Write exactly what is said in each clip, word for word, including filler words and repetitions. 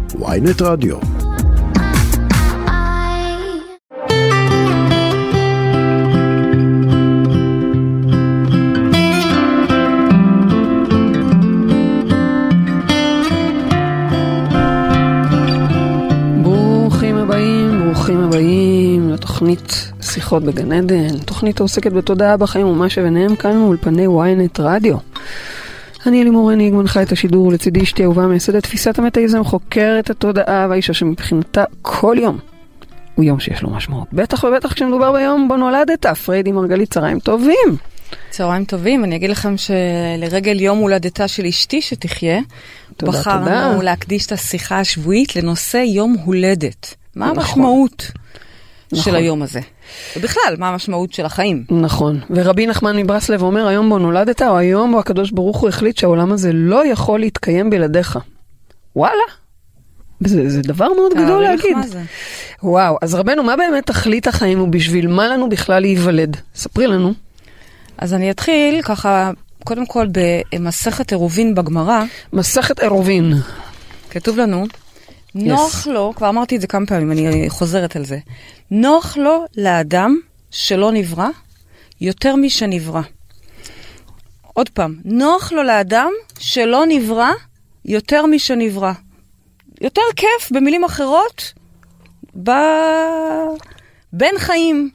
וויינט רדיו. ברוכים הבאים, ברוכים הבאים לתוכנית שיחות בגן עדן, תוכנית העוסקת בתודעה בחיים ומה שביניהם, כאן מאולפני וויינט רדיו. אני אלימור הניג, מנחה את השידור, לצידי אשתי אהובה, מייסדת תפיסת המטאיזם, חוקרת התודעה והאישה שמבחינתה כל יום הוא יום שיש לו משמעות. בטח ובטח כשמדובר ביום בו נולדת, פריידי מרגלית, צהריים טובים. צהריים טובים, אני אגיד לכם שלרגל יום הולדתה של אשתי שתחיה, תודה, בחרנו תודה. להקדיש את השיחה השבועית לנושא יום הולדת. מה נכון. המשמעות נכון. של היום הזה? ובכלל, מה המשמעות של החיים? נכון. ורבי נחמן מברסלב אומר, היום בו נולדת, או היום בו הקדוש ברוך הוא החליט שהעולם הזה לא יכול להתקיים בלעדיך. וואלה. זה, זה דבר מאוד גדול להגיד. וואו, אז רבנו, מה באמת תכלית החיים ובשביל מה לנו בכלל להיוולד? ספרי לנו. אז אני אתחיל ככה, קודם כל במסכת עירובין בגמרא. מסכת עירובין. כתוב לנו, נוח yes. לו, כבר אמרתי את זה כמה פעמים, אני חוזרת על זה, נוח לו לאדם שלא נברא יותר משנברא. עוד פעם, נוח לו לאדם שלא נברא יותר משנברא. יותר כיף, במילים אחרות, ב... בין חיים.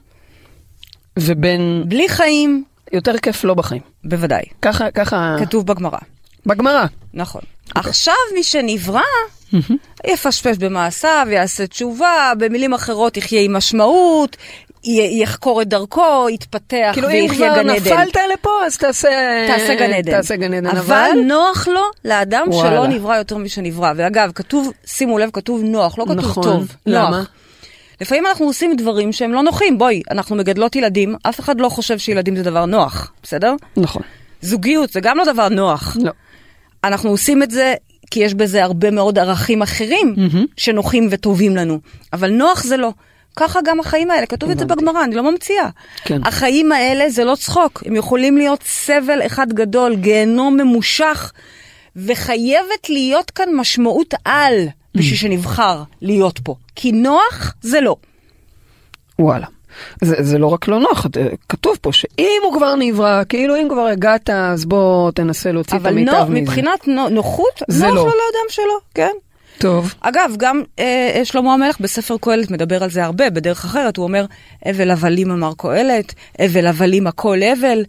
ובין... בלי חיים. יותר כיף לא בחיים. בוודאי. ככה, ככה... כתוב בגמרא. בגמרא. נכון. Okay. עכשיו מי שנברא, mm-hmm. יפשפש במעשיו, יעשה תשובה, במילים אחרות יחיה עם משמעות, י- יחקור את דרכו, יתפתח כאילו ויחיה גן עדן. כאילו אם כבר נפלת לפה, אז תעשה... תעשה גן עדן. תעשה גן עדן. אבל, אבל נוח לו לאדם וואלה. שלא נברא יותר משנברא. ואגב, כתוב, שימו לב, כתוב נוח, לא כתוב נכון. טוב. למה? נוח. לפעמים אנחנו עושים דברים שהם לא נוחים. בואי, אנחנו מגדלות ילדים, אף אחד לא חושב שילדים זה דבר נוח, בסדר? נכון. זוגיות זה גם לא דבר נוח. לא. אנחנו עושים את זה כי יש בזה הרבה מאוד ערכים אחרים mm-hmm. שנוחים וטובים לנו. אבל נוח זה לא. ככה גם החיים האלה, כתוב את זה בגמרא, אני לא ממציאה. כן. החיים האלה זה לא צחוק. הם יכולים להיות סבל אחד גדול, גיהנום ממושך, וחייבת להיות כאן משמעות על בשביל שנבחר להיות פה. כי נוח זה לא. וואלה. זה, זה לא רק לא נוח, כתוב פה שאם הוא כבר נברא, כאילו אם כבר הגעת, אז בוא תנסה להוציא את המיטב מזה. אבל מבחינת נוחות, נוח לא לאדם שלו, כן? טוב. אגב, גם אה, שלמה המלך בספר קהלת מדבר על זה הרבה, בדרך אחרת, הוא אומר, אבל הבלים אמר קהלת, אבל הבלים הכל אבל.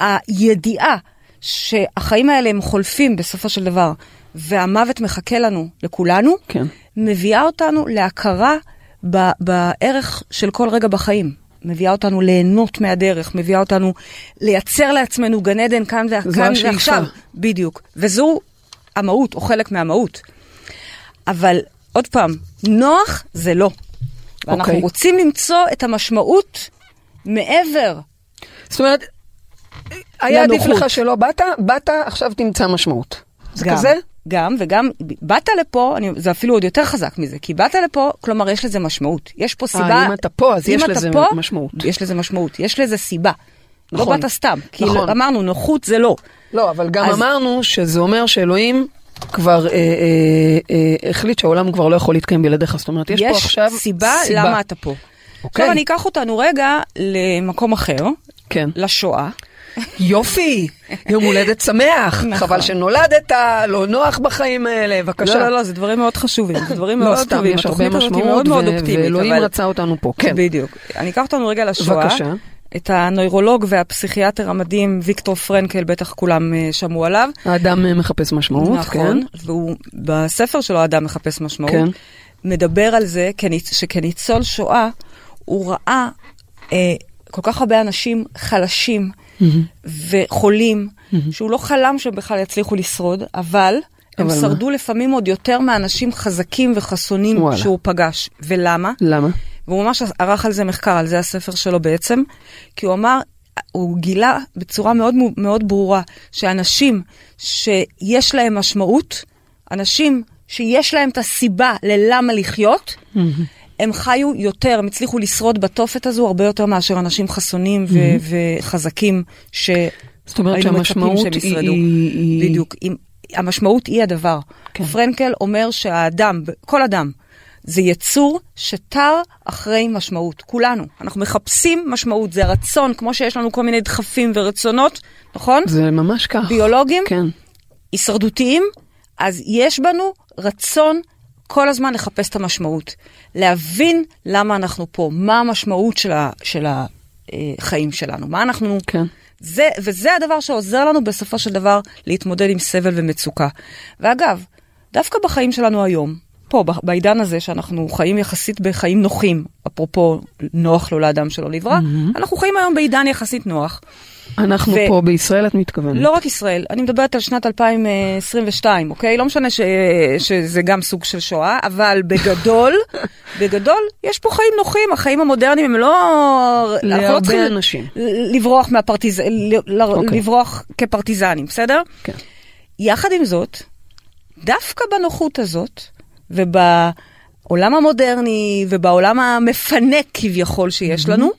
הידיעה שהחיים האלה הם חולפים בסופו של דבר, והמוות מחכה לנו, לכולנו, כן. מביאה אותנו להכרה ב- בערך של כל רגע בחיים. מביאה אותנו ליהנות מהדרך, מביאה אותנו לייצר לעצמנו גן עדן כאן, כאן ועכשיו. בדיוק. וזו המהות, או חלק מהמהות. אבל עוד פעם, נוח זה לא. ואנחנו okay. רוצים למצוא את המשמעות מעבר. זאת אומרת, היה עדיף לך שלא באת, באת, עכשיו תמצא משמעות. זה גם, כזה? גם, וגם, באת לפה, אני, זה אפילו עוד יותר חזק מזה, כי באת לפה, כלומר, יש לזה משמעות. יש פה סיבה. אה, אם אתה פה, אז יש לזה פה, משמעות. יש לזה משמעות, יש לזה סיבה. נכון. לא באת סתם, כי נכון. אמרנו, נוחות זה לא. לא, אבל גם אז... אמרנו שזה אומר שאלוהים כבר אה, אה, אה, החליט שהעולם כבר לא יכול להתקיים בלעדיך. זאת אומרת, יש, יש פה עכשיו סיבה, סיבה למה אתה פה. אוקיי. עכשיו אני אקח אותנו רגע למקום אחר, כן. לשואה. יופי, יום הולדת שמח, חבל שנולדת, לא נוח בחיים האלה, בבקשה. לא, לא, לא, זה דברים מאוד חשובים, זה דברים מאוד טובים. לא, סתם, יש הרבה משמעות, ואלוהים רצה אותנו פה, כן. בדיוק. אני אקח אותנו רגע לשואה. בבקשה. את הנוירולוג והפסיכיאטר המדהים, ויקטור פרנקל, בטח כולם שמעו עליו. האדם מחפש משמעות, כן. נכון, והוא בספר שלו, האדם מחפש משמעות, כן. מדבר על זה, שכניצול שואה, הוא ראה אה, כל כך הרבה אנשים חלשים, mm-hmm. וחולים, mm-hmm. שהוא לא חלם שהם בכלל יצליחו לשרוד, אבל הם אבל שרדו מה? לפעמים עוד יותר מאנשים חזקים וחסונים וואלה. שהוא פגש. ולמה? למה? והוא ממש ערך על זה מחקר, על זה הספר שלו בעצם, כי הוא אמר, הוא גילה בצורה מאוד, מאוד ברורה, שאנשים שיש להם משמעות, אנשים שיש להם את הסיבה ללמה לחיות, mm-hmm. הם חיו יותר, הם הצליחו לשרוד בתופת הזו, הרבה יותר מאשר אנשים חסונים mm-hmm. ו- וחזקים, זאת אומרת שהמשמעות היא... בדיוק. אם, המשמעות היא הדבר. כן. פרנקל אומר שהאדם, כל אדם, זה יצור שתר אחרי משמעות. כולנו. אנחנו מחפשים משמעות. זה הרצון, כמו שיש לנו כל מיני דחפים ורצונות, נכון? זה ממש כך. ביולוגיים, כן. הישרדותיים, אז יש בנו רצון כל הזמן לחפש את המשמעות. להבין למה אנחנו פה, מה המשמעות של, ה, של החיים שלנו, מה אנחנו... כן. זה, וזה הדבר שעוזר לנו בסופו של דבר להתמודד עם סבל ומצוקה. ואגב, דווקא בחיים שלנו היום, פה, בעידן הזה שאנחנו חיים יחסית בחיים נוחים, אפרופו נוח לו לאדם שלא לברא, mm-hmm. אנחנו חיים היום בעידן יחסית נוח. אנחנו ו... פה בישראל, את מתכוונת? לא רק ישראל, אני מדברת על שנת אלפיים עשרים ושתיים, אוקיי? לא משנה ש... שזה גם סוג של שואה, אבל בגדול, בגדול, יש פה חיים נוחים, החיים המודרניים הם לא... להרבה לא אנשים. לברוח מהפרטיז... אוקיי. לברוח כפרטיזנים, בסדר? כן. יחד עם זאת, דווקא בנוחות הזאת, ובעולם המודרני, ובעולם המפנק כביכול שיש לנו,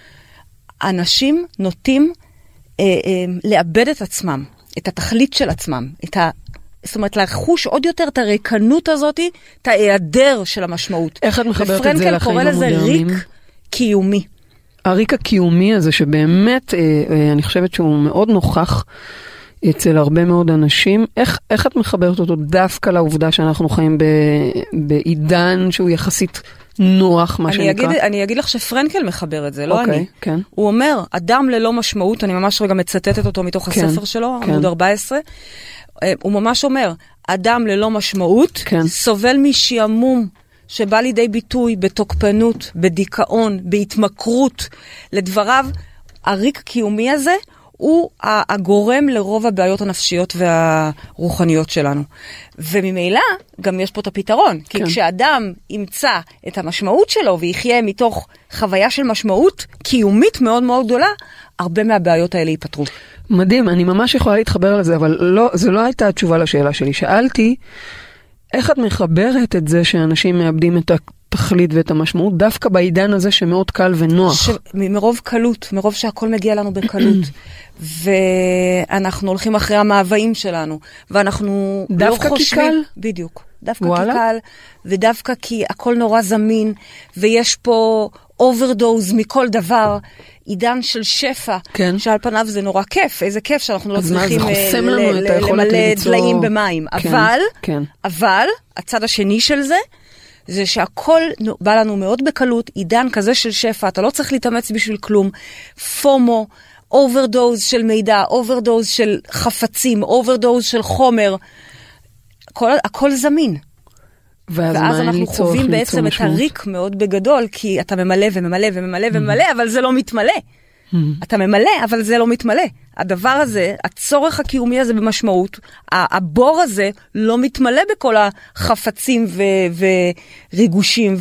אנשים נוטים אה, אה, לאבד את עצמם, את התכלית של עצמם, את ה... זאת אומרת, לחוש עוד יותר את הריקנות הזאת, את ההיעדר של המשמעות. איך את מחברת את זה לחיים המודרניים? ופרנקל קורא לזה ריק קיומי. הריק הקיומי הזה שבאמת, אה, אה, אני חושבת שהוא מאוד נוכח, אצל הרבה מאוד אנשים. איך, איך את מחברת אותו דווקא לעובדה שאנחנו חיים ב, בעידן שהוא יחסית נוח, מה אני שנקרא? אגיד, אני אגיד לך שפרנקל מחבר את זה, לא okay, אני. כן. הוא אומר, אדם ללא משמעות, אני ממש רגע מצטטת אותו מתוך כן, הספר שלו, כן. עמוד ארבע עשרה, הוא ממש אומר, אדם ללא משמעות, כן. סובל משעמום, שבא לידי ביטוי בתוקפנות, בדיכאון, בהתמכרות, לדבריו, הריק קיומי הזה, הוא הגורם לרוב הבעיות הנפשיות והרוחניות שלנו. וממילא גם יש פה את הפתרון. כי כן. כשאדם ימצא את המשמעות שלו ויחיה מתוך חוויה של משמעות קיומית מאוד מאוד גדולה, הרבה מהבעיות האלה ייפתרו. מדהים, אני ממש יכולה להתחבר לזה, אבל לא, זה לא הייתה התשובה לשאלה שלי. שאלתי, איך את מחברת את זה שאנשים מאבדים את התכלית ואת המשמעות, דווקא בעידן הזה שמאוד קל ונוח? ש... מרוב קלות, מרוב שהכל מגיע לנו בקלות. ואנחנו הולכים אחרי המאוויים שלנו, ואנחנו דווקא לא חושבים... כי קל? בדיוק. דווקא וואלה? כי קל, ודווקא כי הכל נורא זמין, ויש פה אוברדוז מכל דבר, עידן של שפע, כן. שעל פניו זה נורא כיף, איזה כיף שאנחנו לא צריכים למלא דליים במים. כן, אבל, כן. אבל, הצד השני של זה, זה שהכל בא לנו מאוד בקלות, עידן כזה של שפע, אתה לא צריך להתאמץ בשביל כלום, פומו, אוברדוז של מידע, אוברדוז של חפצים, אוברדוז של חומר, הכל, הכל זמין. ואז, ואז אנחנו חווים בעצם את הריק מאוד בגדול, כי אתה ממלא וממלא וממלא וממלא, אבל זה לא מתמלא. אתה ממלא, אבל זה לא מתמלא. הדבר הזה, הצורך הקיומי הזה במשמעות, הבור הזה לא מתמלא בכל החפצים וריגושים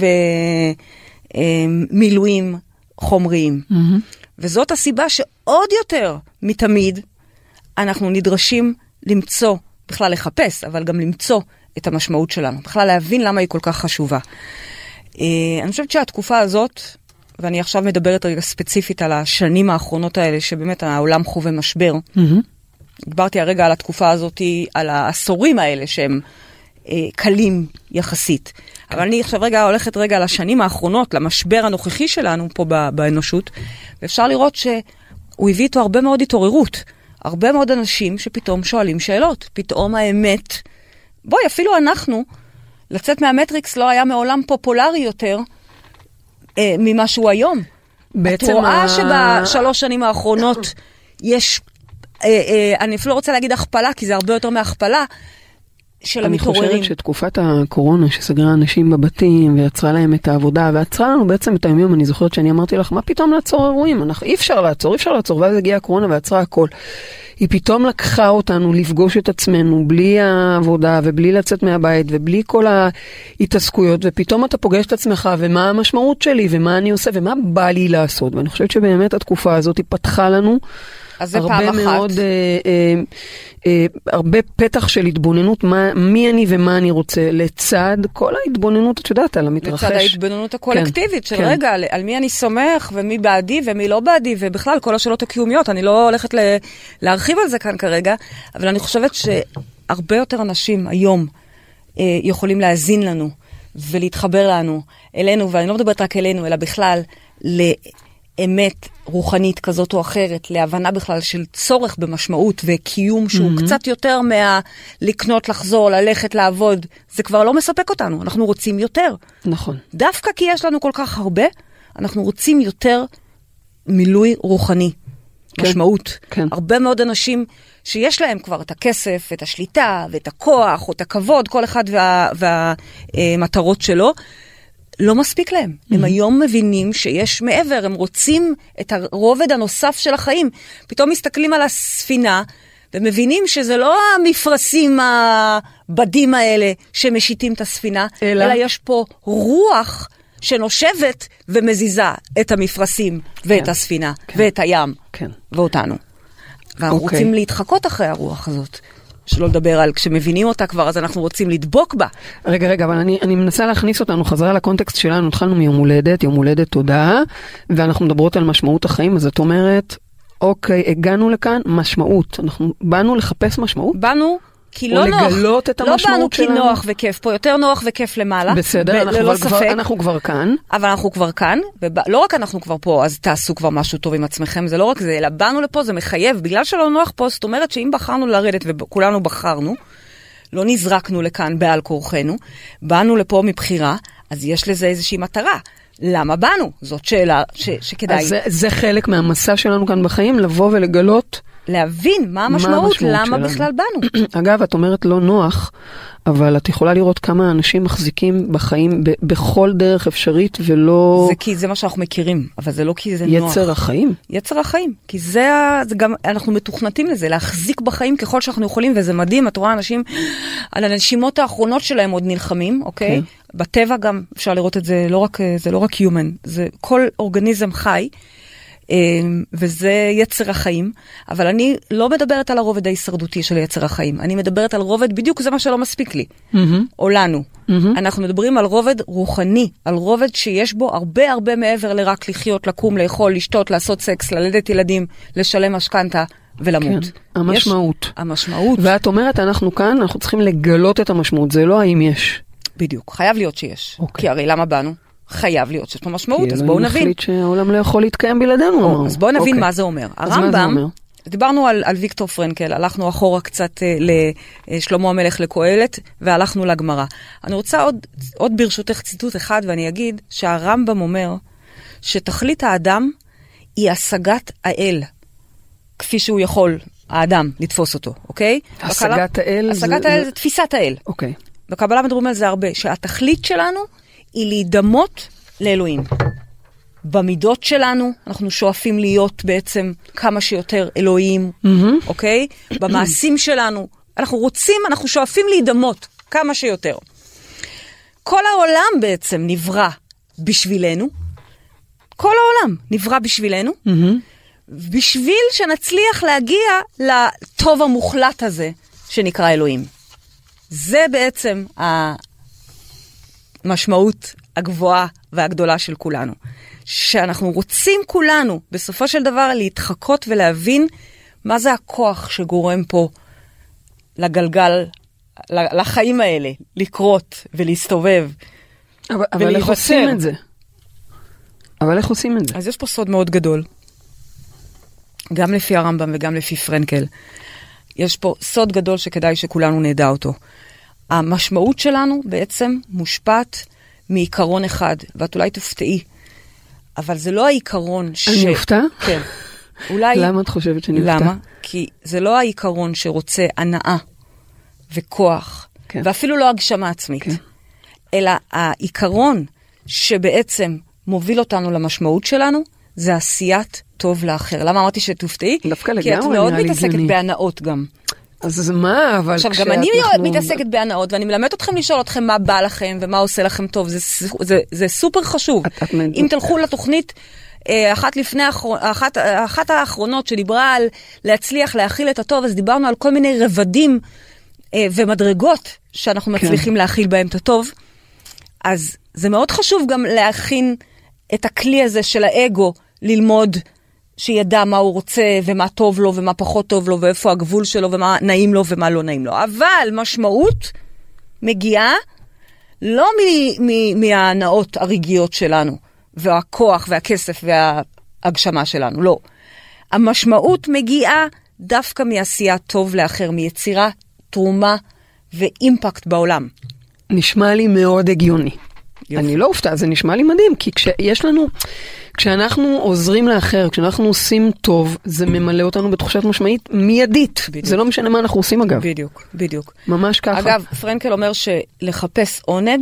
ומילואים חומריים. וזאת הסיבה שעוד יותר מתמיד אנחנו נדרשים למצוא, בכלל לחפש, אבל גם למצוא את המשמעות שלנו. בכלל להבין למה היא כל כך חשובה. אני חושבת שהתקופה הזאת, ואני עכשיו מדברת רגע ספציפית על השנים האחרונות האלה, שבאמת העולם חווה משבר. דיברתי הרגע על התקופה הזאת, על העשורים האלה שהם קלים יחסית. אבל אני עכשיו רגע הולכת רגע על השנים האחרונות, למשבר הנוכחי שלנו פה באנושות, ואפשר לראות שהוא הביא איתו הרבה מאוד התעוררות. הרבה מאוד אנשים שפתאום שואלים שאלות. פתאום האמת, בואי, אפילו אנחנו, לצאת מהמטריקס לא היה מעולם פופולרי יותר אה, ממה שהוא היום. בעצם את רואה ה... שבשלוש שנים האחרונות יש, אה, אה, אני אפילו לא רוצה להגיד הכפלה, כי זה הרבה יותר מהכפלה, של המתעוררים. אני חושבת שתקופת הקורונה שסגרה אנשים בבתים ויצרה להם את העבודה ועצרה לנו בעצם את הימים, אני זוכרת שאני אמרתי לך, מה פתאום לעצור אירועים? אנחנו, אי אפשר לעצור, אי אפשר לעצור, ואז הגיעה הקורונה ועצרה הכל. היא פתאום לקחה אותנו לפגוש את עצמנו בלי העבודה ובלי לצאת מהבית ובלי כל ההתעסקויות, ופתאום אתה פוגש את עצמך ומה המשמעות שלי ומה אני עושה ומה בא לי לעשות. ואני חושבת שבאמת התקופה הזאת היא פתחה לנו הרבה מאוד, אה, אה, אה, הרבה פתח של התבוננות, מה, מי אני ומה אני רוצה, לצד כל ההתבוננות, את יודעת, על המתרחש. לצד ההתבוננות הקולקטיבית, כן, של כן. רגע, על, על מי אני סומך, ומי בעדי ומי לא בעדי, ובכלל כל השאלות הקיומיות, אני לא הולכת ל, להרחיב על זה כאן כרגע, אבל אני חושבת הרבה יותר אנשים היום אה, יכולים להזין לנו ולהתחבר לנו, אלינו, ואני לא מדברת רק אלינו, אלא בכלל לאמת רוחנית כזאת או אחרת, להבנה בכלל של צורך במשמעות וקיום שהוא mm-hmm. קצת יותר מה לקנות, לחזור, ללכת, לעבוד. זה כבר לא מספק אותנו, אנחנו רוצים יותר. נכון. דווקא כי יש לנו כל כך הרבה, אנחנו רוצים יותר מילוי רוחני, כן. משמעות. כן. הרבה מאוד אנשים שיש להם כבר את הכסף, את השליטה, ואת הכוח, או את הכבוד, כל אחד וה, והמטרות שלו, לא מספיק להם. Mm-hmm. הם היום מבינים שיש מעבר, הם רוצים את הרובד הנוסף של החיים. פתאום מסתכלים על הספינה, ומבינים שזה לא המפרסים הבדים האלה שמשיתים את הספינה, אלא, אלא יש פה רוח שנושבת ומזיזה את המפרסים, כן. ואת הספינה, כן. ואת הים, כן. ואותנו. ואנחנו okay. רוצים להתחקות אחרי הרוח הזאת. שלא לדבר על כשמבינים אותה כבר, אז אנחנו רוצים לדבוק בה. רגע, רגע, אבל אני, אני מנסה להכניס אותנו חזרה לקונטקסט שלנו. התחלנו מיום הולדת, יום הולדת תודעה, ואנחנו מדברות על משמעות החיים, אז את אומרת, אוקיי, הגענו לכאן, משמעות. אנחנו באנו לחפש משמעות? באנו, כי לא נוח. או לגלות את המשמעות שלנו. לא באנו כי נוח וכיף פה, יותר נוח וכיף למעלה. בסדר, אנחנו, כבר, כבר, אנחנו כבר כאן. אבל אנחנו כבר כאן, ולא רק אנחנו כבר פה, אז תעשו כבר משהו טוב עם עצמכם, זה לא רק זה, אלא באנו לפה, זה מחייב, בגלל שלא נוח פה, זאת אומרת שאם בחרנו לרדת, וכולנו בחרנו, לא נזרקנו לכאן בעל כורחנו, באנו לפה מבחירה, אז יש לזה איזושהי מטרה. למה באנו? זאת שאלה ש, שכדאי. אז זה, זה חלק מהמסע שלנו כאן בחיים, לבוא ולגלות להבין מה המשמעות, מה המשמעות למה שלנו. בכלל באנו. אגב, את אומרת לא נוח, אבל את יכולה לראות כמה אנשים מחזיקים בחיים ב- בכל דרך אפשרית ולא... זה כי זה מה שאנחנו מכירים, אבל זה לא כי זה נוח. יצר החיים. יצר החיים, כי זה, זה גם, אנחנו מתוכנתים לזה, להחזיק בחיים ככל שאנחנו יכולים, וזה מדהים, את רואה אנשים, על הנשימות האחרונות שלהם עוד נלחמים, אוקיי? Okay. בטבע גם אפשר לראות את זה, לא רק, זה לא רק human, זה כל אורגניזם חי, וזה יצר החיים, אבל אני לא מדברת על הרובד ההישרדותי של יצר החיים, אני מדברת על רובד, בדיוק זה מה שלא מספיק לי, mm-hmm. או לנו. Mm-hmm. אנחנו מדברים על רובד רוחני, על רובד שיש בו הרבה הרבה מעבר לרק לחיות, לקום, לאכול, לשתות, לעשות סקס, ללדת ילדים, לשלם משכנתה ולמות. כן, המשמעות. יש, המשמעות. ואת אומרת, אנחנו כאן, אנחנו צריכים לגלות את המשמעות, זה לא האם יש. בדיוק, חייב להיות שיש, okay. כי הרי למה באנו? חייב להיות שיש פה משמעות, אז בואו נבין. כי נחליט שהעולם לא יכול להתקיים בלעדינו. אז בואו נבין מה זה אומר. הרמב"ם, דיברנו על, על ויקטור פרנקל, הלכנו אחורה קצת לשלמה המלך לקהלת, והלכנו לגמרא. אני רוצה עוד, עוד ברשותך ציטוט אחד, ואני אגיד שהרמב"ם אומר שתכלית האדם היא השגת האל, כפי שהוא יכול, האדם, לתפוס אותו, אוקיי? השגת האל? השגת האל זה תפיסת האל. אוקיי. בקבלה מדברים על זה הרבה, שהתכלית שלנו היא להידמות לאלוהים. במידות שלנו, אנחנו שואפים להיות בעצם כמה שיותר אלוהים, mm-hmm. אוקיי? במעשים שלנו, אנחנו רוצים, אנחנו שואפים להידמות כמה שיותר. כל העולם בעצם נברא בשבילנו, כל העולם נברא בשבילנו, mm-hmm. בשביל שנצליח להגיע לטוב המוחלט הזה, שנקרא אלוהים. זה בעצם המשמעות הגבוהה והגדולה של כולנו. שאנחנו רוצים כולנו, בסופו של דבר, להתחקות ולהבין מה זה הכוח שגורם פה לגלגל, לחיים האלה, לקרות ולהסתובב. אבל, אבל איך עושים את זה? אבל איך עושים את זה? אז יש פה סוד מאוד גדול. גם לפי הרמב"ם וגם לפי פרנקל. יש פה סוד גדול שכדאי שכולנו נדע אותו. המשמעות שלנו בעצם מושפעת מעיקרון אחד, ואת אולי תופתעי, אבל זה לא העיקרון ש... אני אופתע? כן. אולי... למה את חושבת שאני אופתע? למה? כי זה לא העיקרון שרוצה הנאה וכוח, כן. ואפילו לא הגשמה עצמית, כן. אלא העיקרון שבעצם מוביל אותנו למשמעות שלנו, זה עשיית טוב לאחר. למה אמרתי שתופתעי? דווקא לגמרי. כי את מאוד מתעסקת בהנאות גם. אז מה, אבל עכשיו, גם אני אנחנו... מתעסקת בהנאות, ואני מלמד אתכם לשאול אתכם מה בא לכם, ומה עושה לכם טוב, זה, זה, זה סופר חשוב. את, את... אם תלכו לתוכנית, אחת לפני, אחת, אחת האחרונות שדיברה על להצליח להכיל את הטוב, אז דיברנו על כל מיני רבדים ומדרגות, שאנחנו מצליחים כן. להכיל בהם את הטוב. אז זה מאוד חשוב גם להכין את הכלי הזה של האגו, ללמוד שידע מה הוא רוצה, ומה טוב לו, ומה פחות טוב לו, ואיפה הגבול שלו, ומה נעים לו, ומה לא נעים לו. אבל משמעות מגיעה לא מ- מ- מההנאות הרגעיות שלנו, והכוח, והכסף, וההגשמה שלנו, לא. המשמעות מגיעה דווקא מעשייה טוב לאחר, מיצירה, תרומה ואימפקט בעולם. נשמע לי מאוד הגיוני. יופי. אני לא אופתע, זה נשמע לי מדהים, כי כשיש לנו, כשאנחנו עוזרים לאחר, כשאנחנו עושים טוב, זה ממלא אותנו בתחושת משמעית מיידית. בדיוק. זה לא משנה מה אנחנו עושים אגב. בדיוק, בדיוק. ממש ככה. אגב, פרנקל אומר שלחפש עונג,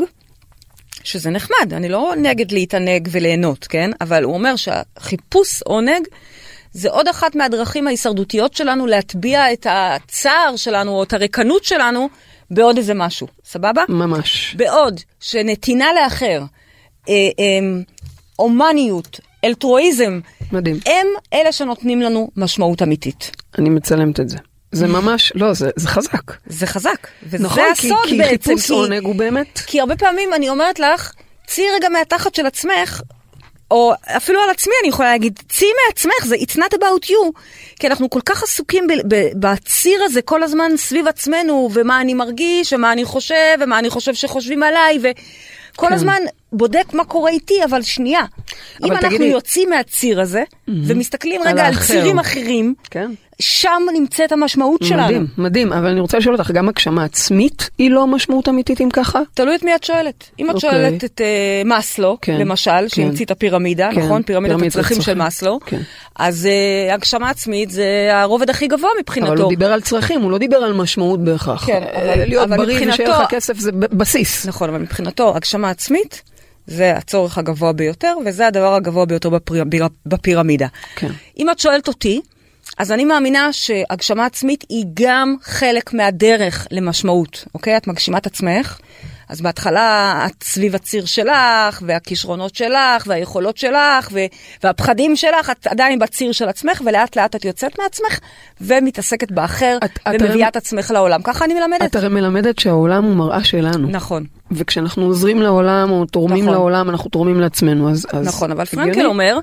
שזה נחמד, אני לא נגד להתענג וליהנות, כן? אבל הוא אומר שהחיפוש עונג, זה עוד אחת מהדרכים ההישרדותיות שלנו להטביע את הצער שלנו, או את הריקנות שלנו, בעוד איזה משהו, סבבה? ממש. בעוד שנתינה לאחר, אה, אה, אומניות, אלטרואיזם, מדהים. הם אלה שנותנים לנו משמעות אמיתית. אני מצלמת את זה. זה ממש, לא, זה, זה חזק. זה חזק, וזה נכון, הסוד כי, בעצם. כי חיפוש עונג הוא באמת. כי הרבה פעמים אני אומרת לך, צאי רגע מהתחת של עצמך, או אפילו על עצמי אני יכולה להגיד, צאי מעצמך, זה it's not about you, כי אנחנו כל כך עסוקים ב- ב- בציר הזה כל הזמן סביב עצמנו, ומה אני מרגיש, ומה אני חושב, ומה אני חושב שחושבים עליי, וכל כן. הזמן בודק מה קורה איתי, אבל שנייה. אבל אם תגידי... אנחנו יוצאים מהציר הזה, mm-hmm. ומסתכלים רגע על, על צירים אחרים, כן. שם נמצאת המשמעות מדהים, שלנו. מדהים, מדהים, אבל אני רוצה לשאול אותך, גם הגשמה עצמית היא לא משמעות אמיתית אם ככה? תלוי את מי את שואלת. אם את okay. שואלת את uh, מאסלו, כן, למשל, כן. שהמציא את הפירמידה, כן, נכון? פירמידת הצרכים של מאסלו, כן. אז uh, הגשמה עצמית זה הרובד הכי גבוה מבחינתו. אבל הוא דיבר על צרכים, הוא לא דיבר על משמעות בהכרח. כן, אבל, להיות אבל בריא מבחינתו... ושיהיה לך כסף זה בסיס. נכון, אבל מבחינתו, הגשמה עצמית, זה הצורך הגבוה ביותר, וזה הדבר הגבוה ביותר בפיר... בפירמידה. כן. אם את שואלת אותי, אז אני מאמינה שהגשמה עצמית היא גם חלק מהדרך למשמעות, אוקיי? את מגשימה את עצמך, אז בהתחלה את סביב הציר שלך, והכישרונות שלך, והיכולות שלך, ו... והפחדים שלך, את עדיין בציר של עצמך, ולאט לאט את יוצאת מעצמך, ומתעסקת באחר, את, ומביאה את עצמך לעולם. ככה אני מלמדת. את הרי מלמדת שהעולם הוא מראה שלנו. נכון. וכשאנחנו עוזרים לעולם, או תורמים נכון. לעולם, אנחנו תורמים לעצמנו. אז, אז נכון, אבל פרנקל אומר,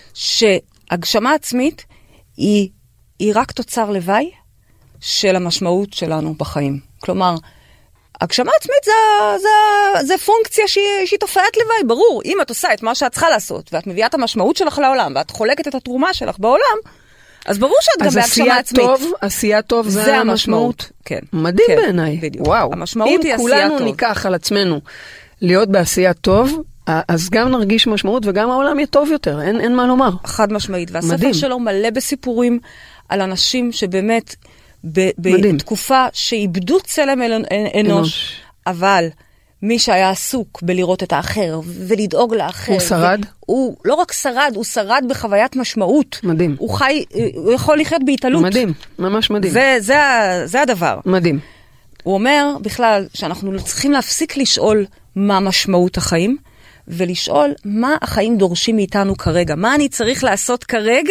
שהגשמה עצמית, היא, היא רק תוצר לוואי של המשמעות שלנו בחיים. כלומר, הגשמה עצמית זה, זה, זה פונקציה שהיא, שהיא תופעת לוואי, ברור. אם את עושה את מה שאת צריכה לעשות, ואת מביאה את המשמעות שלך לעולם, ואת חולקת את התרומה שלך בעולם, אז ברור שאת גם בהגשמה עצמית. אז עשייה טוב, עשייה טוב זה, זה המשמעות. כן. מדהים כן, בעיניי. בדיוק. וואו. המשמעות אם היא עשייה טוב. אם כולנו ניקח על עצמנו להיות בעשייה טוב, אז גם נרגיש משמעות וגם העולם יהיה טוב יותר, אין, אין מה לומר. חד משמעית, והספר מדהים. שלו מלא בסיפורים על אנשים שבאמת ב- בתקופה שאיבדו צלם אל- אנוש, אבל מי שהיה עסוק בלראות את האחר ולדאוג לאחר. הוא שרד? הוא לא רק שרד, הוא שרד בחוויית משמעות. מדהים. הוא חי, הוא יכול לחיות בהתעלות. מדהים, ממש מדהים. זה, זה, זה הדבר. מדהים. הוא אומר בכלל שאנחנו צריכים להפסיק לשאול מה משמעות החיים, ולשאול מה החיים דורשים מאיתנו כרגע. מה אני צריך לעשות כרגע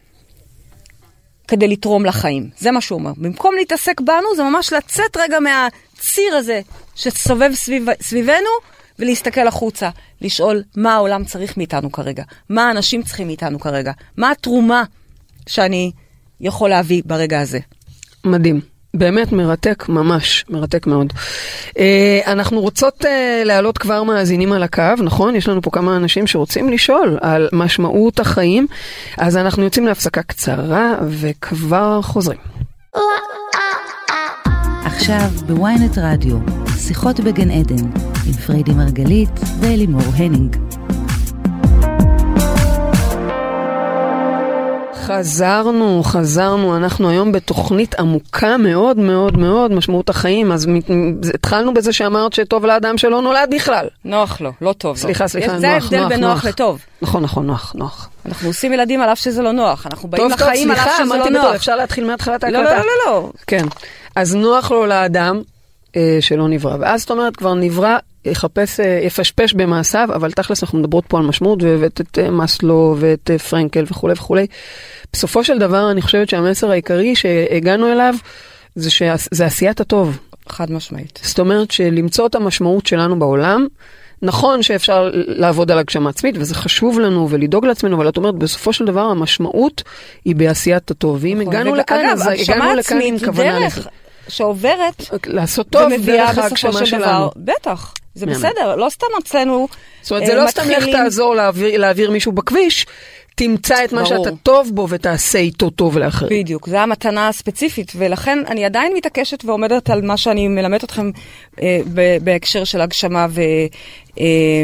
כדי לתרום לחיים. זה מה שהוא אומר. במקום להתעסק בנו, זה ממש לצאת רגע מהציר הזה שסובב סביב, סביבנו, ולהסתכל החוצה. לשאול מה העולם צריך מאיתנו כרגע. מה האנשים צריכים מאיתנו כרגע. מה התרומה שאני יכול להביא ברגע הזה. מדהים. באמת מרתק, ממש מרתק מאוד. אה, אנחנו רוצות אה, להעלות כבר מאזינים על הקו, נכון? יש לנו פה כמה אנשים שרוצים לשאול על משמעות החיים, אז אנחנו יוצאים להפסקה קצרה וכבר חוזרים. עכשיו בוויינט רדיו, שיחות בגן עדן, עם פריידי מרגלית ואלימור הנינג. חזרנו, חזרנו, אנחנו היום בתוכנית עמוקה מאוד מאוד מאוד, משמעות החיים, אז התחלנו בזה שאמרת שטוב לאדם שלא נולד בכלל. נוח לו, לא טוב. סליחה, סליחה, נוח, זה נוח, ההבדל בין נוח לטוב. נכון, נכון, נוח, נוח. אנחנו עושים ילדים על אף שזה לא נוח, אנחנו באים טוב, לחיים טוב, על אף סליחה, שזה לא בטוב, נוח. אפשר להתחיל מהתחלת ההקלטה. לא, לא, לא, לא. כן, אז נוח לו לאדם אה, שלא נברא, ואז זאת אומרת, כבר נברא, יחפש, יפשפש במעשיו, אבל תכלס אנחנו מדברות פה על משמעות, ואת את מאסלו ואת פרנקל וכו' וכו'. בסופו של דבר, אני חושבת שהמסר העיקרי שהגענו אליו, זה שזה עשיית הטוב. חד משמעית. זאת אומרת, שלמצוא את המשמעות שלנו בעולם, נכון שאפשר לעבוד על הגשמה עצמית, וזה חשוב לנו ולדאוג לעצמנו, אבל את אומרת, בסופו של דבר המשמעות היא בעשיית הטוב. ואם הגענו לכאן, אז הגענו לכאן עם כוונה דרך שעוברת לעשות טוב דרך ההגשמה שלנו. בטח, זה בסדר, לא סתם אצלנו. זאת אומרת, זה לא סתם לך תעזור להעביר מישהו בכביש, תמצא את מה שאתה טוב בו ותעשה איתו טוב לאחרים. בדיוק, זו המתנה הספציפית, ולכן אני עדיין מתעקשת ועומדת על מה שאני מלמד אתכם אה, בהקשר של הגשמה ו... אה,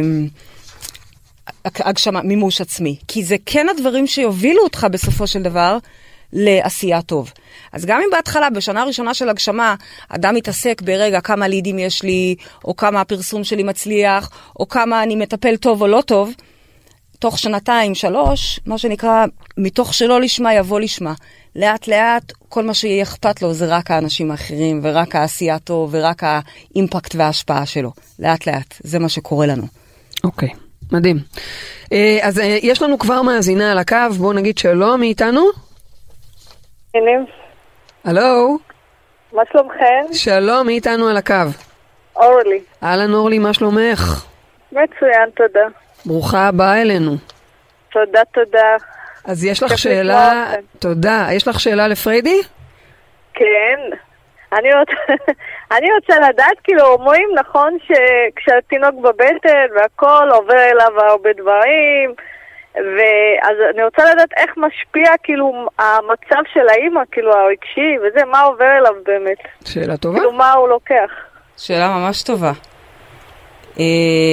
הגשמה, מימוש עצמי. כי זה כן הדברים שיובילו אותך בסופו של דבר לעשייה טוב. אז גם אם בהתחלה, בשנה הראשונה של הגשמה, אדם מתעסק ברגע כמה לידים יש לי, או כמה הפרסום שלי מצליח, או כמה אני מטפל טוב או לא טוב, תוך שנתיים, שלוש, מה שנקרא, מתוך שלא לשמה יבוא לשמה. לאט לאט, כל מה שיהיה אכפת לו זה רק האנשים האחרים, ורק העשייה טוב, ורק האימפקט וההשפעה שלו. לאט לאט, זה מה שקורה לנו. אוקיי, מדהים. אז יש לנו כבר מאזינה על הקו, בואו נגיד שלום, מי איתנו? הנה. הלו? מה שלומכם? שלום, מי איתנו על הקו? אורלי. אהלן אורלי, מה שלומך? מצוין, תודה. ברוכה הבאה אלינו. תודה, תודה. אז יש לך שאלה, תודה, יש לך שאלה לפריידי? כן. אני רוצה, אני רוצה לדעת, כאילו, אומרים נכון שכשהתינוק בבטן והכל עובר אליו הרבה דברים, ואז אני רוצה לדעת איך משפיע, כאילו, המצב של האמא, כאילו, הרגשי, וזה, מה עובר אליו באמת. שאלה טובה. כאילו, מה הוא לוקח. שאלה ממש טובה. אה,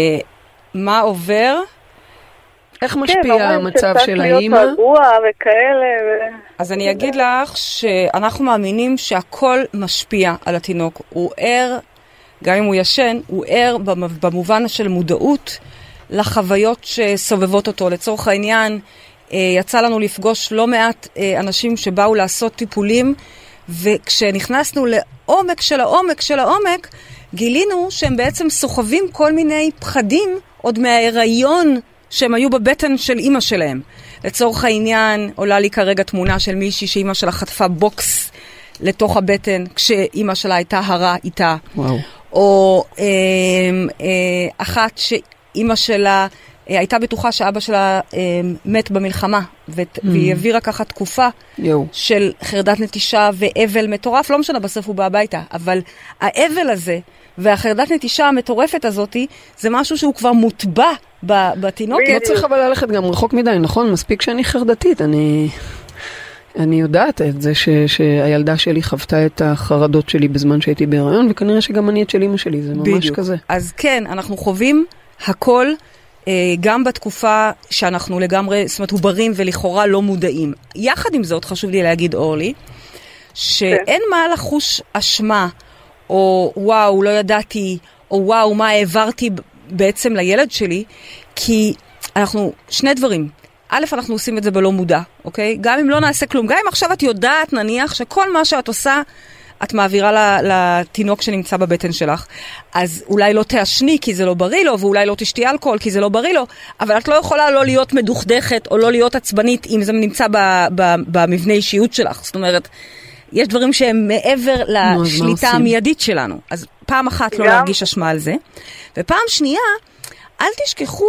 מה עובר? איך משפיע כן, המצב של האמא? להיות רגוע וכאלה. ו... אז אני אגיד לך שאנחנו מאמינים שהכל משפיע על התינוק. הוא ער, גם אם הוא ישן, הוא ער במובן של מודעות לחוויות שסובבות אותו. לצורך העניין, יצא לנו לפגוש לא מעט אנשים שבאו לעשות טיפולים, וכשנכנסנו לעומק של העומק של העומק, גילינו שהם בעצם סוחבים כל מיני פחדים עוד מההיריון שהם היו בבטן של אמא שלהם. לצורך העניין, עולה לי כרגע תמונה של מישהי שאמא שלה חטפה בוקס לתוך הבטן, כשאמא שלה הייתה הרה איתה. וואו. או אה, אה, אחת שאמא שלה אה, הייתה בטוחה שאבא שלה אה, מת במלחמה, ות, mm. והיא העבירה ככה תקופה יו. של חרדת נטישה ואבל מטורף, לא משנה, בסוף הוא בא הביתה, אבל האבל הזה והחרדת נטישה המטורפת הזאת, זה משהו שהוא כבר מוטבע בתינוק. לא צריך אבל ללכת גם רחוק מדי, נכון? מספיק שאני חרדתית, אני... אני יודעת את זה ש, שהילדה שלי חוותה את החרדות שלי בזמן שהייתי בהיריון, וכנראה שגם אני את של אמא שלי, זה ממש בדיוק. כזה. אז כן, אנחנו חווים הכל, גם בתקופה שאנחנו לגמרי, זאת אומרת, עוברים ולכאורה לא מודעים. יחד עם זאת, חשוב לי להגיד, אורלי, שאין מה לחוש אשמה, או וואו, לא ידעתי, או וואו, מה העברתי בעצם לילד שלי, כי אנחנו, שני דברים. א', אנחנו עושים את זה בלא מודע, אוקיי? גם אם לא נעשה כלום, גם אם עכשיו את יודעת, נניח, שכל מה שאת עושה, את מעבירה לתינוק שנמצא בבטן שלך, אז אולי לא תעשני כי זה לא בריא לו, ואולי לא תשתי אלכוהול כי זה לא בריא לו, אבל את לא יכולה לא להיות מדוכדכת או לא להיות עצבנית אם זה נמצא במבנה אישיות שלך. זאת אומרת, יש דברים שהם מעבר לשליטה המיידית שלנו. אז פעם אחת לא להרגיש אשמה על זה. ופעם שנייה, אל תשכחו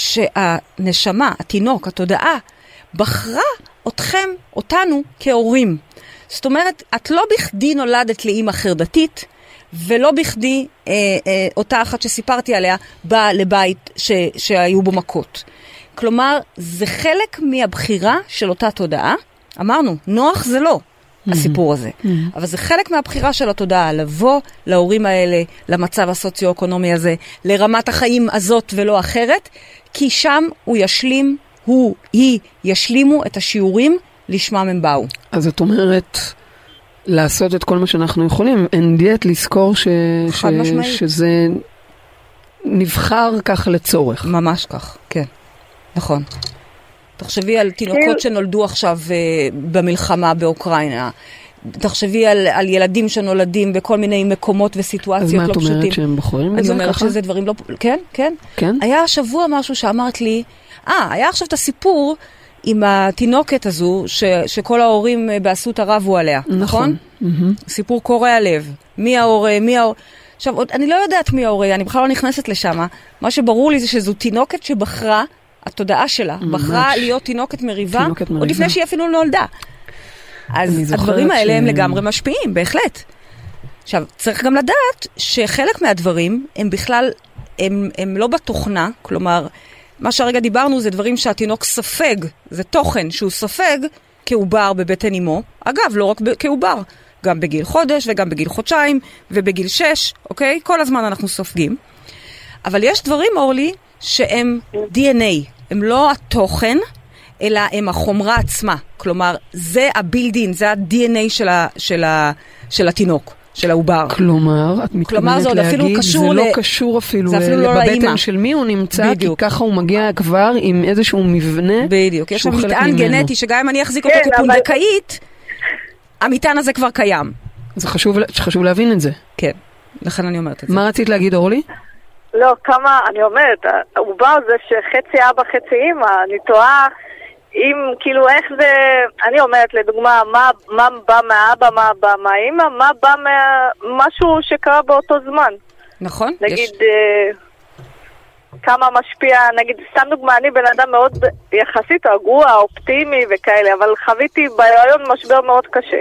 שהנשמה, התינוק, התודעה, בחרה אתכם, אותנו, כהורים. זאת אומרת, את לא בכדי נולדת לאמא חרדתית, ולא בכדי אה, אה, אותה אחת שסיפרתי עליה, באה לבית ש, שהיו בו מכות. כלומר, זה חלק מהבחירה של אותה תודעה. אמרנו, נוח זה לא. הסיפור הזה. Mm-hmm. אבל זה חלק מהבחירה של התודעה, לבוא להורים האלה, למצב הסוציו-אקונומי הזה, לרמת החיים הזאת ולא אחרת, כי שם הוא ישלים, הוא, היא, ישלימו את השיעורים לשמם הם באו. אז את אומרת, לעשות את כל מה שאנחנו יכולים, אין דיאט לזכור ש... ש... שזה נבחר כך לצורך. ממש כך, כן. נכון. תחשבי על תינוקות שנולדו עכשיו uh, במלחמה באוקראינה. תחשבי על, על ילדים שנולדים בכל מיני מקומות וסיטואציות לא פשוטים. אז מה את אומרת שהם בוחרים את זה ככה? אני אומרת שזה דברים לא... כן, כן. כן? היה השבוע משהו שאמרת לי, אה, היה עכשיו את הסיפור עם התינוקת הזו, ש, שכל ההורים באסות הרבו עליה, נכון? נכון? Mm-hmm. סיפור קורע לב. מי ההורה, מי ההורה... עכשיו, עוד, אני לא יודעת מי ההורה, אני בכלל לא נכנסת לשם. מה שברור לי זה שזו תינוקת שבחרה, התודעה שלה, בחרה להיות תינוקת מריבה, תינוקת מריבה. עוד לפני שהיא אפילו נולדה. אז הדברים האלה ש... הם לגמרי משפיעים, בהחלט. עכשיו, צריך גם לדעת שחלק מהדברים הם בכלל, הם, הם לא בתוכנה, כלומר, מה שהרגע דיברנו זה דברים שהתינוק ספג, זה תוכן שהוא ספג כעובר בבטן אמו, אגב, לא רק כעובר, גם בגיל חודש וגם בגיל חודשיים ובגיל שש, אוקיי? כל הזמן אנחנו סופגים. אבל יש דברים, אורלי, שהם די אן איי, הם לא התוכן, אלא הם החומרה עצמה. כלומר, זה הבילדין, זה ה-די אן איי של, ה, של, ה, של התינוק, של העובר. כלומר, את מתכוונת להגיד, זה לא ל... קשור אפילו, זה אפילו לא בבטן לאמא. של מי הוא נמצא, בדיוק. כי ככה הוא מגיע כבר עם איזשהו מבנה בדיוק, יש שם מטען גנטי, שגם אם אני אחזיק אותו כן, כפונדקאית, אבל... המטען הזה כבר קיים. זה חשוב, חשוב להבין את זה. כן, לכן אני אומרת את זה. מה רצית להגיד, אורלי? לא, כמה, אני אומרת, העובר זה שחצי אבא, חצי אמא, אני טועה, אם, כאילו, איך זה, אני אומרת, לדוגמה, מה, מה בא מהאבא, מה בא מהאמא, מה בא משהו שקרה באותו זמן. נכון. נגיד, יש... אה, כמה משפיע, נגיד, סתם דוגמה, אני בן אדם מאוד יחסית רגוע, אופטימי וכאלה, אבל חוויתי בהיריון משבר מאוד קשה.